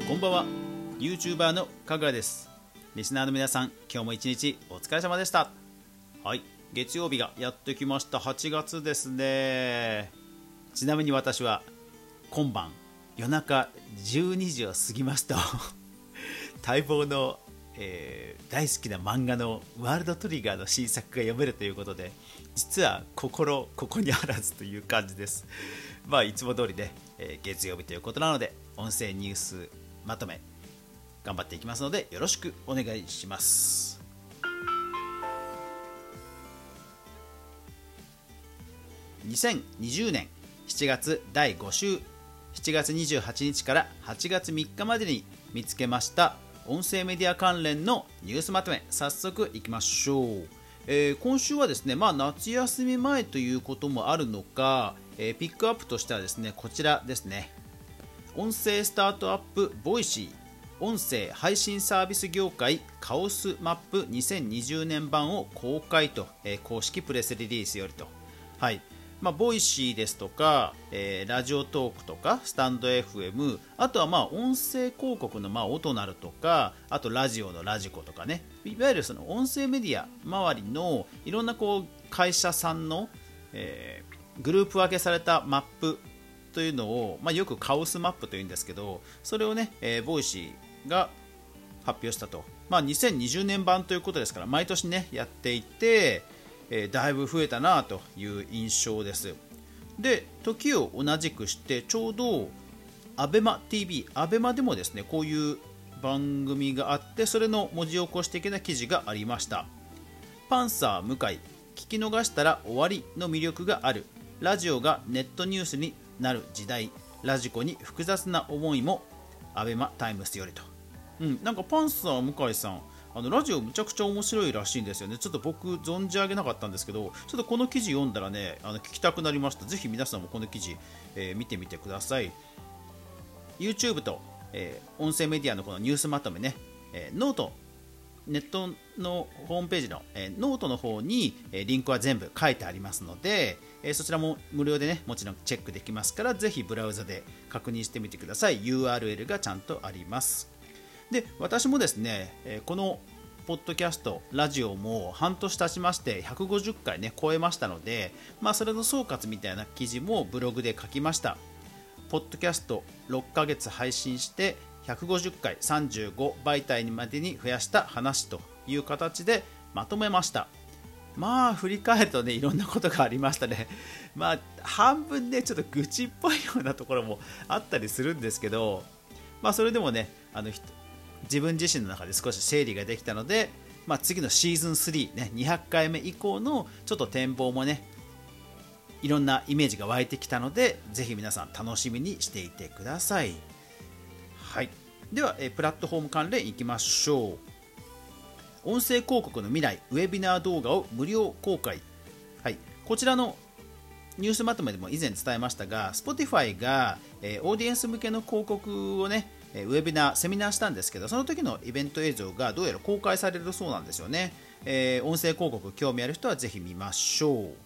こんばんは、 YouTuber のかぐらです。リスナーの皆さん、今日も一日お疲れ様でした。はい、月曜日がやってきました。8月ですね。ちなみに私は今晩夜中12時を過ぎますと待望の、大好きな漫画のワールドトリガーの新作が読めるということで、実はここにあらずという感じです。まあいつも通りね、月曜日ということなので音声ニュースまとめ頑張っていきますのでよろしくお願いします。2020年7月第5週、7月28日から8月3日までに見つけました音声メディア関連のニュースまとめ、早速いきましょう。今週はですね、夏休み前ということもあるのか、ピックアップとしてはですね、こちらですね。音声スタートアップボイシー音声配信サービス業界カオスマップ2020年版を公開と、公式プレスリリースよりと。はい、ボイシーですとか、ラジオトークとかスタンド FM、 あとは音声広告のオトナルとか、あとラジオのラジコとかね、いわゆるその音声メディア周りのいろんな会社さんの、グループ分けされたマップというのを、よくカオスマップというんですけど、それをね、ボイシーが発表したと。2020年版ということですから毎年ねやっていて、だいぶ増えたなという印象です。で、時を同じくしてちょうどアベマ TV、 アベマでもですねこういう番組があって、それの文字起こし的な記事がありました。パンサー向井、聞き逃したら終わりの魅力がある、ラジオがネットニュースになる時代、ラジコに複雑な思いも、アベマタイムスよりと。なんかパンサー向井さん、ラジオむちゃくちゃ面白いらしいんですよね。ちょっと僕存じ上げなかったんですけど、ちょっとこの記事読んだらね、聞きたくなりました。ぜひ皆さんもこの記事、見てみてください。 YouTube と、音声メディアのこのニュースまとめね、ノート、ネットのホームページの、ノートの方に、リンクは全部書いてありますので、そちらも無料でねもちろんチェックできますから、ぜひブラウザで確認してみてください。 URL がちゃんとあります。で、私もですね、このポッドキャストラジオも半年経ちまして150回ね超えましたので、それの総括みたいな記事もブログで書きました。ポッドキャスト6ヶ月配信して150回35媒体までに増やした話という形でまとめました。振り返るとねいろんなことがありましたね。半分ねちょっと愚痴っぽいようなところもあったりするんですけど、それでもね自分自身の中で少し整理ができたので、次のシーズン3、ね、200回目以降のちょっと展望もねいろんなイメージが湧いてきたので、ぜひ皆さん楽しみにしていてください。はい、ではプラットフォーム関連いきましょう。音声広告の未来、ウェビナー動画を無料公開。はい、こちらのニュースまとめでも以前伝えましたが、 Spotify が、オーディエンス向けの広告をねウェビナー、セミナーしたんですけど、その時のイベント映像がどうやら公開されるそうなんですよね。音声広告興味ある人はぜひ見ましょう。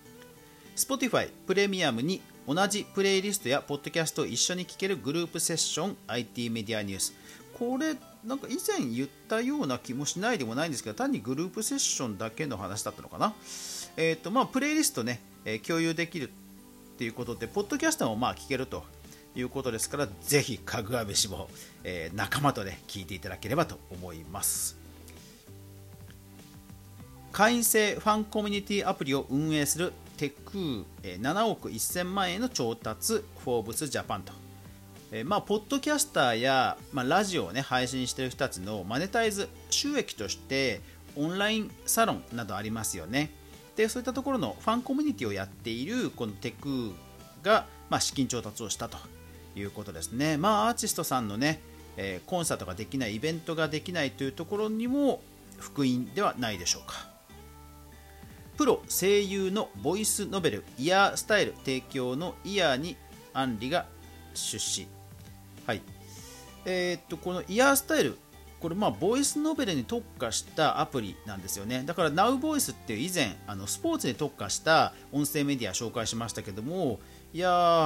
Spotify プレミアムに同じプレイリストやポッドキャストを一緒に聞けるグループセッション IT メディアニュース。これなんか以前言ったような気もしないでもないんですけど、単にグループセッションだけの話だったのかな。プレイリストね、共有できるっていうことで、ポッドキャストも聞けるということですから、ぜひかぐわ飯も、仲間とね聞いていただければと思います。会員制ファンコミュニティアプリを運営するテクー、7億1000万円の調達、フォーブスジャパンと。ポッドキャスターや、ラジオを、ね、配信している人たちのマネタイズ収益としてオンラインサロンなどありますよね。で、そういったところのファンコミュニティをやっているこのテクーが、資金調達をしたということですね。アーティストさんのね、コンサートができない、イベントができないというところにも福音ではないでしょうか。プロ声優のボイスノベルイヤースタイル提供のイヤーにアンリが出資。はい、このイヤースタイル、これボイスノベルに特化したアプリなんですよね。だから NowVoice っていう以前スポーツに特化した音声メディア紹介しましたけども、いや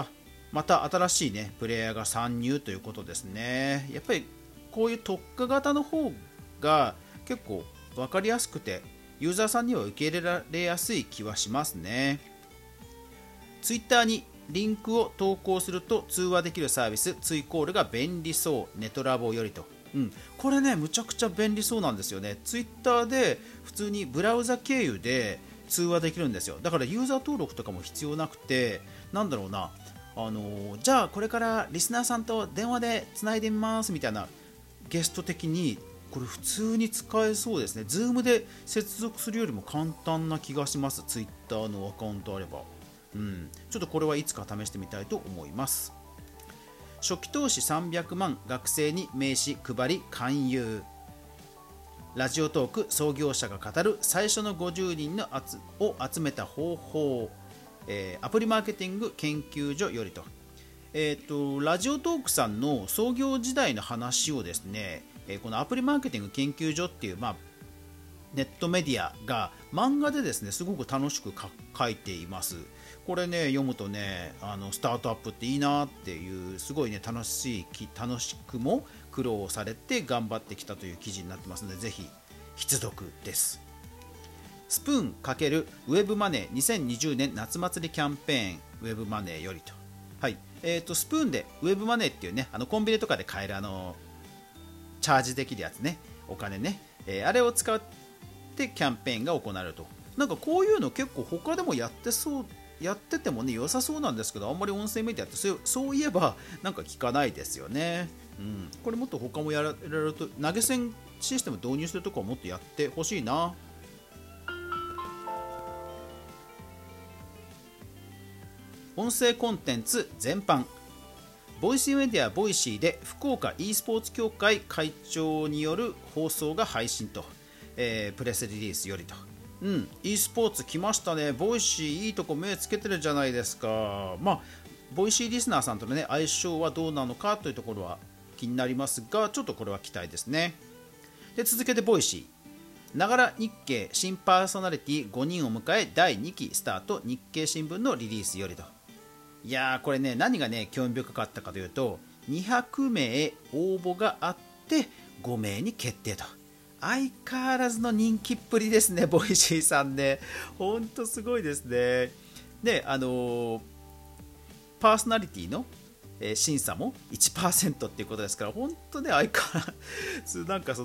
また新しいねプレイヤーが参入ということですね。やっぱりこういう特化型の方が結構分かりやすくてユーザーさんには受け入れられやすい気はしますね。ツイッターにリンクを投稿すると通話できるサービスツイコールが便利そうネトラボよりと、これねむちゃくちゃ便利そうなんですよね。ツイッターで普通にブラウザ経由で通話できるんですよ。だからユーザー登録とかも必要なくて、なんだろうな、じゃあこれからリスナーさんと電話でつないでみますみたいなゲスト的にこれ普通に使えそうですね。Zoom で接続するよりも簡単な気がします。ツイッターのアカウントあれば、ちょっとこれはいつか試してみたいと思います。初期投資300万学生に名刺配り勧誘。ラジオトーク創業者が語る最初の50人を集めた方法、アプリマーケティング研究所よりと、ラジオトークさんの創業時代の話をですね、このアプリマーケティング研究所っていう、ネットメディアが漫画でですねすごく楽しく書いています。これね読むとねスタートアップっていいなっていうすごいね楽しくも苦労されて頑張ってきたという記事になってますのでぜひ必読です。スプーン×ウェブマネー2020年夏祭りキャンペーンウェブマネーよりと、はい、スプーンでウェブマネーっていうねコンビニとかで買えるチャージできるやつね、お金ね、あれを使ってキャンペーンが行われると。なんかこういうの結構他でもやっててもね良さそうなんですけど、あんまり音声メディアってそういえばなんか聞かないですよね。これもっと他もやられると投げ銭システム導入するとこはもっとやってほしいな。音声コンテンツ全般、ボイシーメディアボイシーで福岡 e スポーツ協会会長による放送が配信と、プレスリリースよりと、e スポーツ来ましたね。ボイシーいいとこ目つけてるじゃないですか。ボイシーリスナーさんとの、相性はどうなのかというところは気になりますが、ちょっとこれは期待ですね。で続けてボイシーながら日経新パーソナリティ5人を迎え第2期スタート、日経新聞のリリースよりと。いやーこれね何がね興味深かったかというと200名応募があって5名に決定と。相変わらずの人気っぷりですねボイシーさんね。ほんとすごいですね。でパーソナリティの審査も 1% っていうことですから、本当ね相変わらずなんか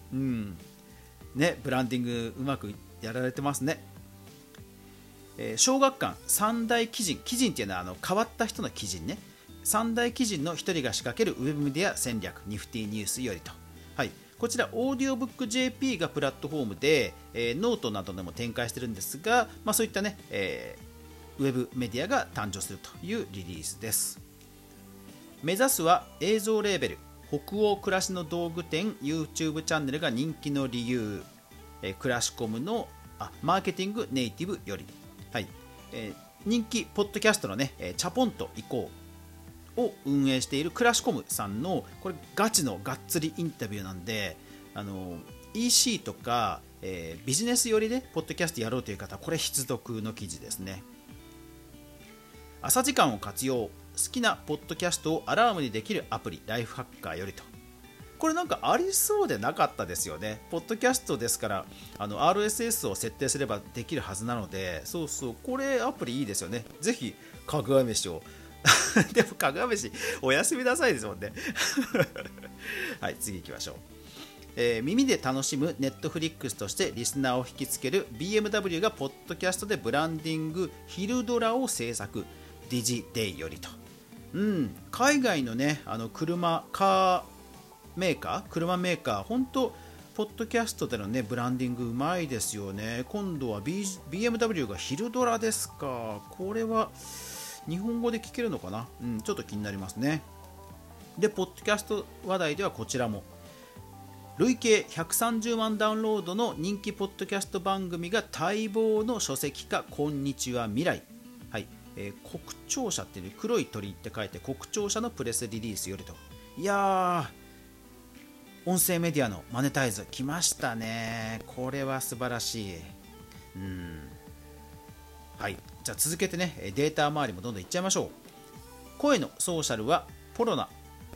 ブランディングうまくやられてますね。小学館三大奇人っていうのは変わった人の奇人ね。三大奇人の一人が仕掛けるウェブメディア戦略ニフティニュースよりと、はい、こちらオーディオブック JP がプラットフォームで、ノートなどでも展開してるんですが、そういったね、ウェブメディアが誕生するというリリースです。目指すは映像レーベル北欧暮らしの道具店 YouTube チャンネルが人気の理由、クラシコムのマーケティングネイティブより、はい、人気ポッドキャストのねチャポンと行こうを運営しているクラシコムさんのこれガチのがっつりインタビューなんで、EC とか、ビジネス寄りでポッドキャストやろうという方、これ必読の記事ですね。朝時間を活用、好きなポッドキャストをアラームにできるアプリライフハッカーよりと。これなんかありそうでなかったですよね。ポッドキャストですからRSS を設定すればできるはずなので、これアプリいいですよね。ぜひかぐわ飯をでもかぐわ飯おやすみなさいですもんねはい次行きましょう。耳で楽しむネットフリックスとしてリスナーを引きつける BMW がポッドキャストでブランディングヒルドラを制作、ディジデイよりと。海外のね車メーカー本当ポッドキャストでのねブランディングうまいですよね。今度は、BMW がヒルドラですか。これは日本語で聞けるのかな、ちょっと気になりますね。でポッドキャスト話題ではこちらも累計130万ダウンロードの人気ポッドキャスト番組が待望の書籍化、こんにちは未来、はい、国庁舎っていう黒い鳥って書いて国庁舎のプレスリリースよりと。いやー音声メディアのマネタイズ来ましたね。これは素晴らしい。はい、じゃあ続けてねデータ周りもどんどんいっちゃいましょう。 声のソーシャルはポロナ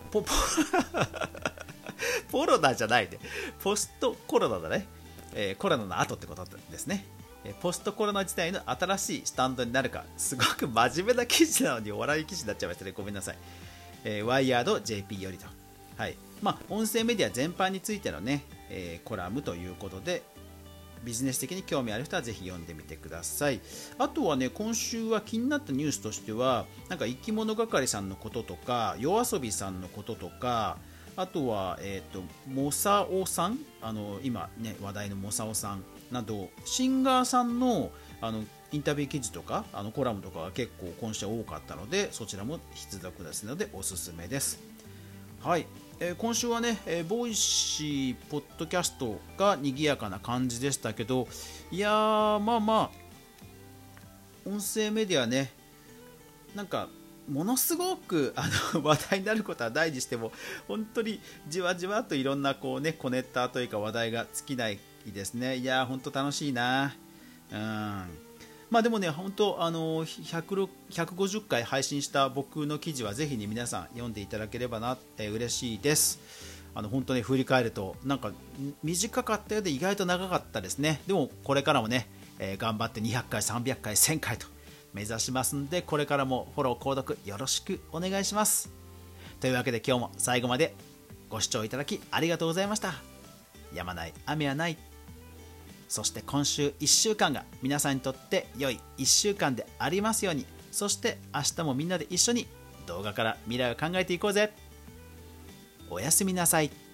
ポロナじゃないで、ポストコロナだね、コロナの後ってことですね。ポストコロナ時代の新しいスタンドになるか。すごく真面目な記事なのにお笑い記事になっちゃいましたね、ごめんなさい。ワイヤード JP よりと、はい、音声メディア全般についてのね、コラムということで、ビジネス的に興味ある人はぜひ読んでみてください。あとはね、今週は気になったニュースとしては、なんか生き物係さんのこととか、夜遊びさんのこととか、あとは、モサオさん、今ね話題のモサオさんなど、シンガーさんのインタビュー記事とかコラムとかが結構今週多かったので、そちらも必読ですのでおすすめです。はい、今週はね、ボイシーポッドキャストが賑やかな感じでしたけど、いやー、音声メディアね、なんかものすごく話題になることはないにしても、本当にじわじわといろんなこう、ね、コネッターというか話題が尽きないですね。いやー、本当楽しいな。でもね、本当150回配信した僕の記事はぜひ、ね、皆さん読んでいただければな、嬉しいです。本当に振り返るとなんか短かったようで意外と長かったですね。でもこれからもね、頑張って200回300回1000回と目指しますんで、これからもフォロー購読よろしくお願いします。というわけで、今日も最後までご視聴いただきありがとうございました。やまない雨はない。そして今週1週間が皆さんにとって良い1週間でありますように。そして明日もみんなで一緒に動画から未来を考えていこうぜ。おやすみなさい。